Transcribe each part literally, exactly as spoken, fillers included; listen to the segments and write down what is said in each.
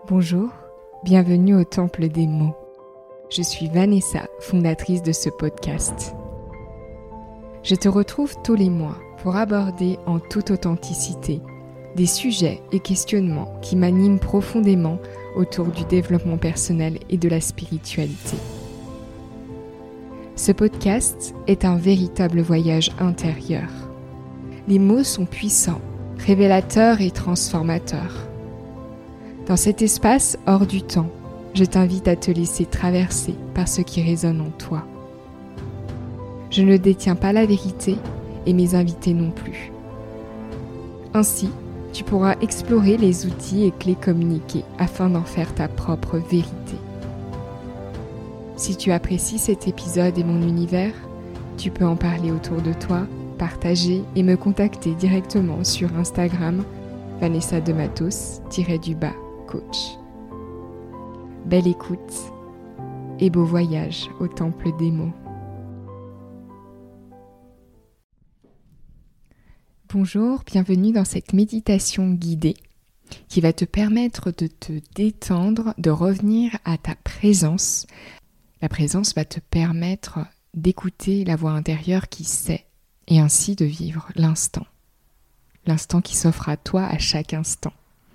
Bonjour, bienvenue au Temple des mots. Je suis Vanessa, fondatrice de ce podcast. Je te retrouve tous les mois pour aborder en toute authenticité des sujets et questionnements qui m'animent profondément autour du développement personnel et de la spiritualité. Ce podcast est un véritable voyage intérieur. Les mots sont puissants, révélateurs et transformateurs. Dans cet espace hors du temps, je t'invite à te laisser traverser par ce qui résonne en toi. Je ne détiens pas la vérité et mes invités non plus. Ainsi, tu pourras explorer les outils et clés communiqués afin d'en faire ta propre vérité. Si tu apprécies cet épisode et mon univers, tu peux en parler autour de toi, partager et me contacter directement sur Instagram Vanessa de Matos-du-bas coach. Belle écoute et beau voyage au temple des mots. Bonjour, bienvenue dans cette méditation guidée qui va te permettre de te détendre, de revenir à ta présence. La présence va te permettre d'écouter la voix intérieure qui sait et ainsi de vivre l'instant. L'instant qui s'offre à toi à chaque instant.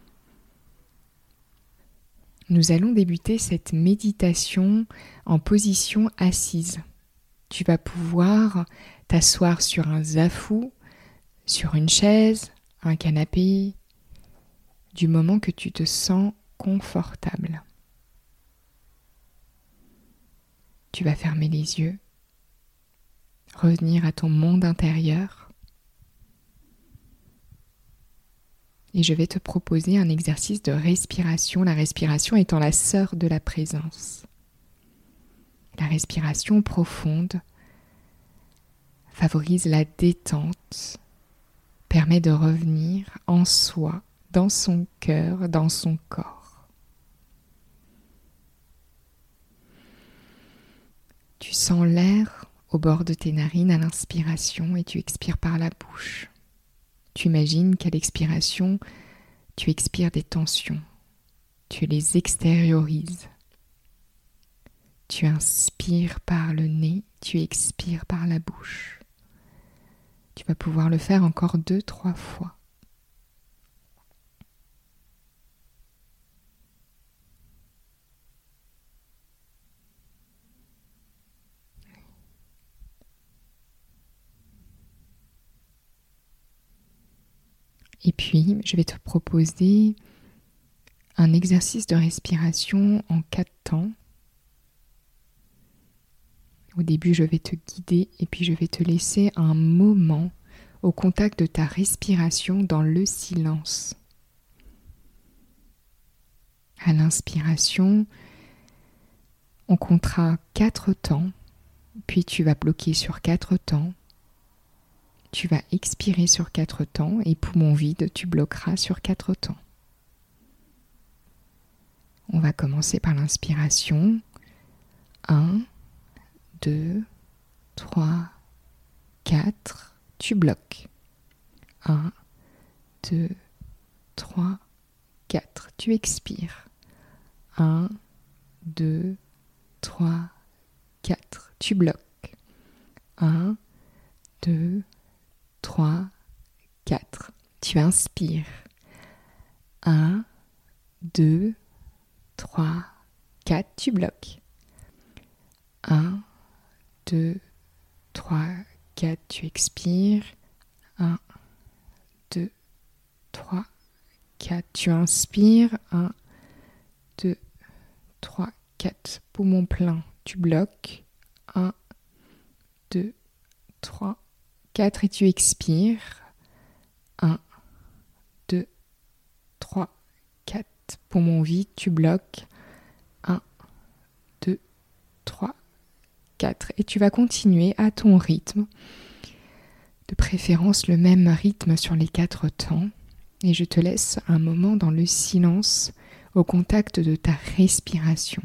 Nous allons débuter cette méditation en position assise. Tu vas pouvoir t'asseoir sur un zafou, sur une chaise, un canapé, du moment que tu te sens confortable. Tu vas fermer les yeux, revenir à ton monde intérieur. Et je vais te proposer un exercice de respiration, la respiration étant la sœur de la présence. La respiration profonde favorise la détente, permet de revenir en soi, dans son cœur, dans son corps. Tu sens l'air au bord de tes narines à l'inspiration et tu expires par la bouche. Tu imagines qu'à l'expiration, tu expires des tensions, tu les extériorises. Tu inspires par le nez, tu expires par la bouche. Tu vas pouvoir le faire encore deux, trois fois. Et puis, je vais te proposer un exercice de respiration en quatre temps. Au début, je vais te guider et puis je vais te laisser un moment au contact de ta respiration dans le silence. À l'inspiration, on comptera quatre temps, puis tu vas bloquer sur quatre temps. Tu vas expirer sur quatre temps et poumon vide, tu bloqueras sur quatre temps. On va commencer par l'inspiration. un, deux, trois, quatre. Tu bloques. un, deux, trois, quatre. Tu expires. un, deux, trois, quatre. Tu bloques. un, deux, trois, quatre. Tu inspires. un, deux, trois, quatre. Tu bloques. un, deux, trois, quatre. Tu expires. un, deux, trois, quatre. Tu inspires. un, deux, trois, quatre. Poumon plein. Tu bloques. un, deux, trois, quatre. Et tu expires. un, deux, trois, quatre. Poumon vide. Tu bloques. un, deux, trois, quatre. Et tu vas continuer à ton rythme. De préférence le même rythme sur les quatre temps. Et je te laisse un moment dans le silence au contact de ta respiration.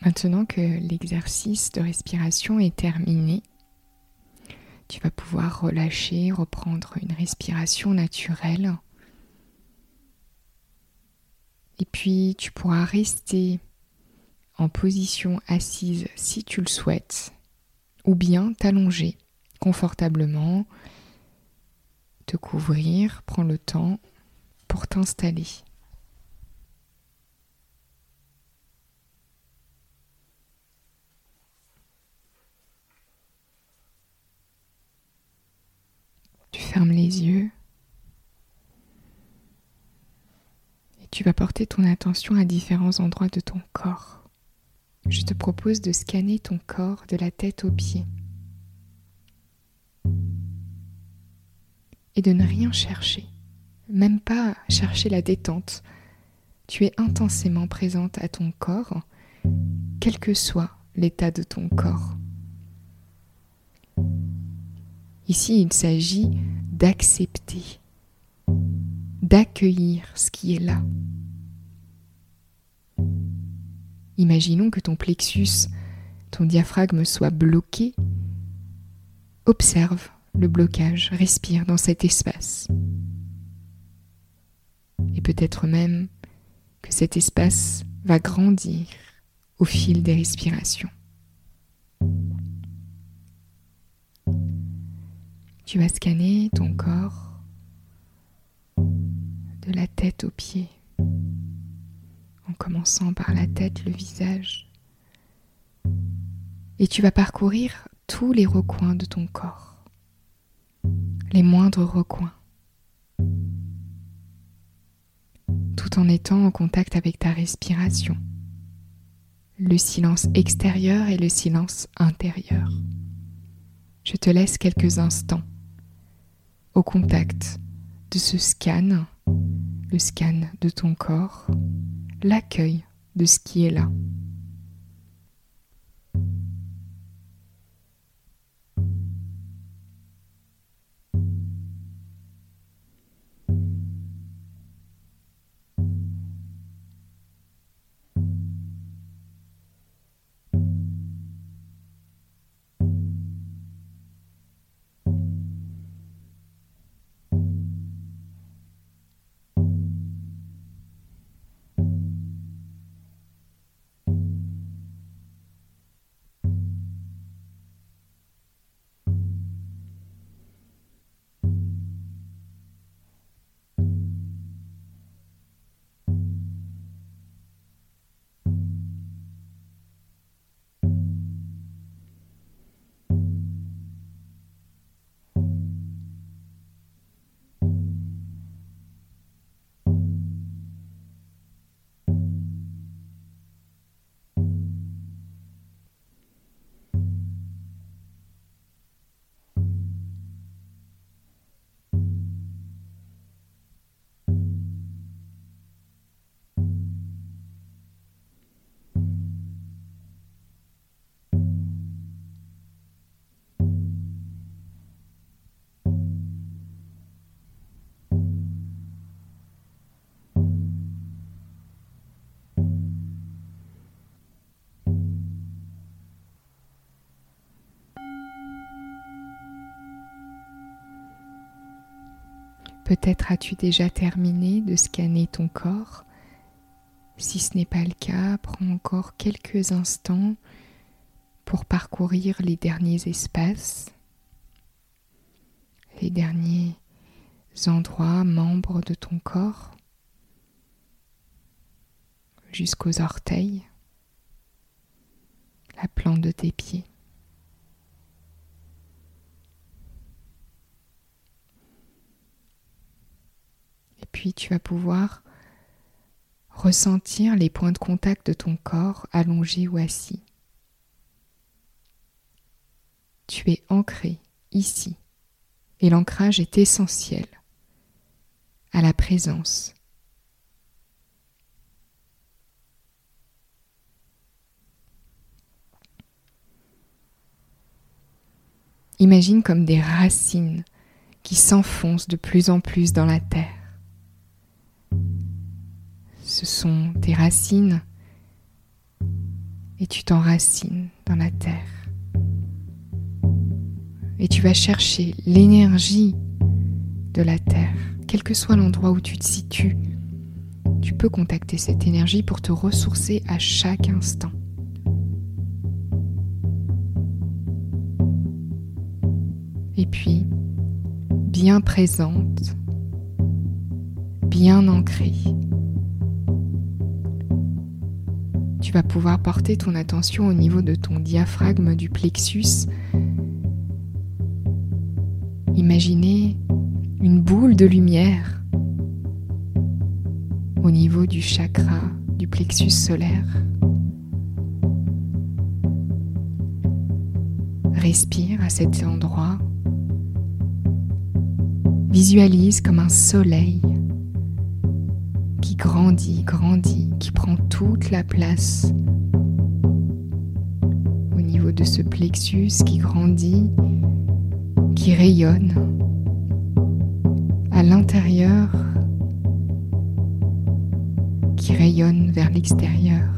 Maintenant que l'exercice de respiration est terminé, tu vas pouvoir relâcher, reprendre une respiration naturelle. Et puis tu pourras rester en position assise si tu le souhaites, ou bien t'allonger confortablement, te couvrir, prends le temps pour t'installer. Tu fermes les yeux et tu vas porter ton attention à différents endroits de ton corps. Je te propose de scanner ton corps de la tête aux pieds et de ne rien chercher, même pas chercher la détente. Tu es intensément présente à ton corps, quel que soit l'état de ton corps. Ici, il s'agit d'accepter, d'accueillir ce qui est là. Imaginons que ton plexus, ton diaphragme soit bloqué. Observe le blocage, respire dans cet espace. Et peut-être même que cet espace va grandir au fil des respirations. Tu vas scanner ton corps de la tête aux pieds, en commençant par la tête, le visage. Et tu vas parcourir tous les recoins de ton corps, les moindres recoins, tout en étant en contact avec ta respiration, le silence extérieur et le silence intérieur. Je te laisse quelques instants au contact de ce scan, le scan de ton corps, l'accueil de ce qui est là. Peut-être as-tu déjà terminé de scanner ton corps. Si ce n'est pas le cas, prends encore quelques instants pour parcourir les derniers espaces, les derniers endroits, membres de ton corps, jusqu'aux orteils, la plante de tes pieds. Et puis tu vas pouvoir ressentir les points de contact de ton corps allongé ou assis. Tu es ancré ici et l'ancrage est essentiel à la présence. Imagine comme des racines qui s'enfoncent de plus en plus dans la terre. Ce sont des racines et tu t'enracines dans la terre. Et tu vas chercher l'énergie de la terre, quel que soit l'endroit où tu te situes. Tu peux contacter cette énergie pour te ressourcer à chaque instant. Et puis, bien présente, bien ancrée, tu vas pouvoir porter ton attention au niveau de ton diaphragme du plexus. Imaginez une boule de lumière au niveau du chakra du plexus solaire. Respire à cet endroit. Visualise comme un soleil qui grandit, grandit, qui prend toute la place au niveau de ce plexus qui grandit, qui rayonne à l'intérieur, qui rayonne vers l'extérieur.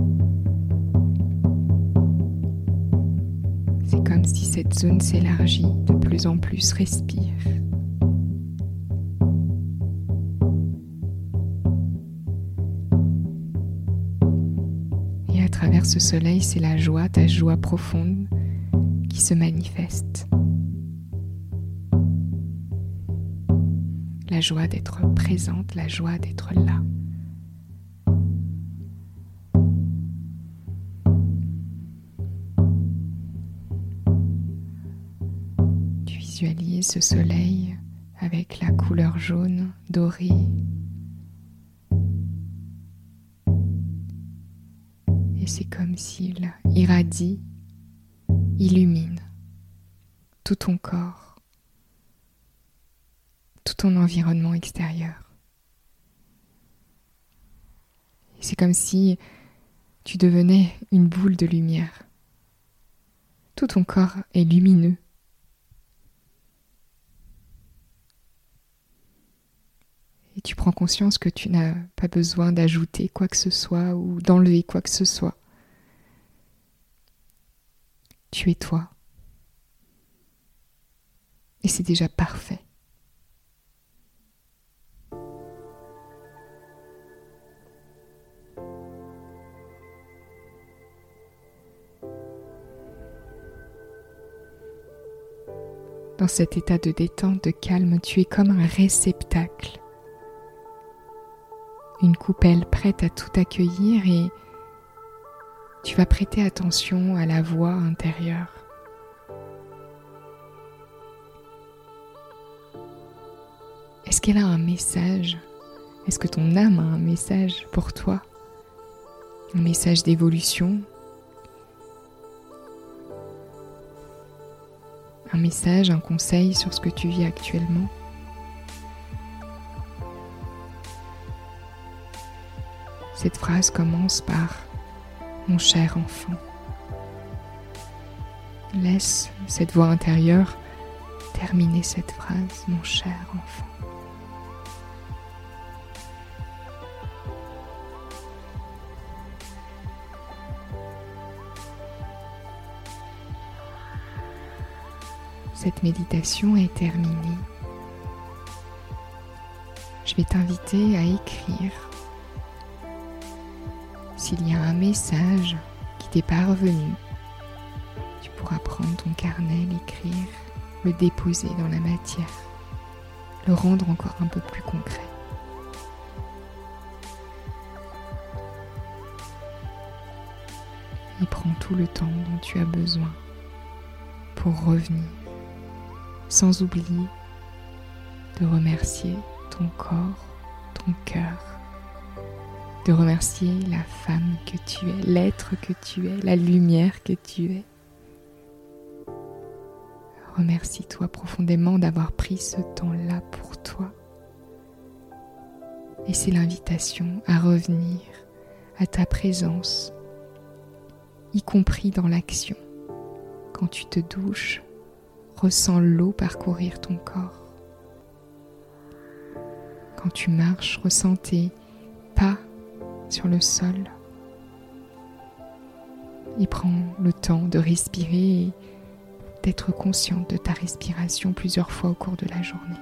C'est comme si cette zone s'élargit de plus en plus. Respire. Et à travers ce soleil, c'est la joie, ta joie profonde qui se manifeste. La joie d'être présente, la joie d'être là. Tu visualises ce soleil avec la couleur jaune, dorée. Et c'est comme s'il irradie, illumine tout ton corps, tout ton environnement extérieur. Et c'est comme si tu devenais une boule de lumière. Tout ton corps est lumineux. Et tu prends conscience que tu n'as pas besoin d'ajouter quoi que ce soit ou d'enlever quoi que ce soit. Tu es toi. Et c'est déjà parfait. Dans cet état de détente, de calme, tu es comme un réceptacle. Une coupelle prête à tout accueillir et tu vas prêter attention à la voix intérieure. Est-ce qu'elle a un message ? Est-ce que ton âme a un message pour toi ? Un message d'évolution ? Un message, un conseil sur ce que tu vis actuellement ? Cette phrase commence par « Mon cher enfant ». Laisse cette voix intérieure terminer cette phrase « Mon cher enfant ». Cette méditation est terminée. Je vais t'inviter à écrire. S'il y a un message qui t'est parvenu, tu pourras prendre ton carnet, l'écrire, le déposer dans la matière, le rendre encore un peu plus concret. Et prends tout le temps dont tu as besoin pour revenir, sans oublier de remercier ton corps, ton cœur, de remercier la femme que tu es, l'être que tu es, la lumière que tu es. Remercie-toi profondément d'avoir pris ce temps-là pour toi. Et c'est l'invitation à revenir à ta présence, y compris dans l'action. Quand tu te douches, ressens l'eau parcourir ton corps. Quand tu marches, ressens tes pas sur le sol. et prends le temps de respirer et d'être consciente de ta respiration plusieurs fois au cours de la journée.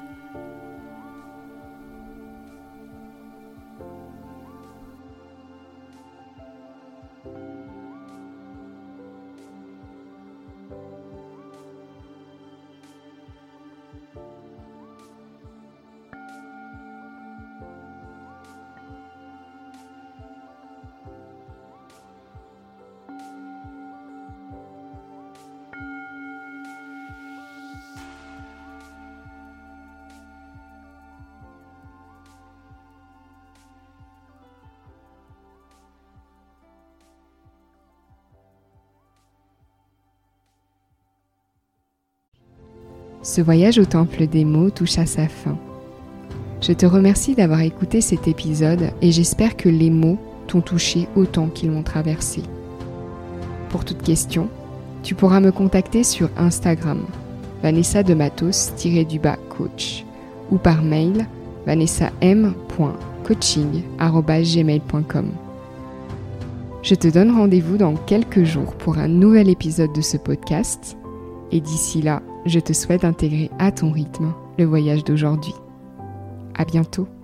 Ce voyage au temple des mots touche à sa fin. Je te remercie d'avoir écouté cet épisode et j'espère que les mots t'ont touché autant qu'ils m'ont traversé. Pour toute question, tu pourras me contacter sur Instagram, vanessa de matos tiret du bas coach, ou par mail vanessa m point coaching arobase gmail point com. Je te donne rendez-vous dans quelques jours pour un nouvel épisode de ce podcast. Et d'ici là, je te souhaite d'intégrer à ton rythme le voyage d'aujourd'hui. À bientôt.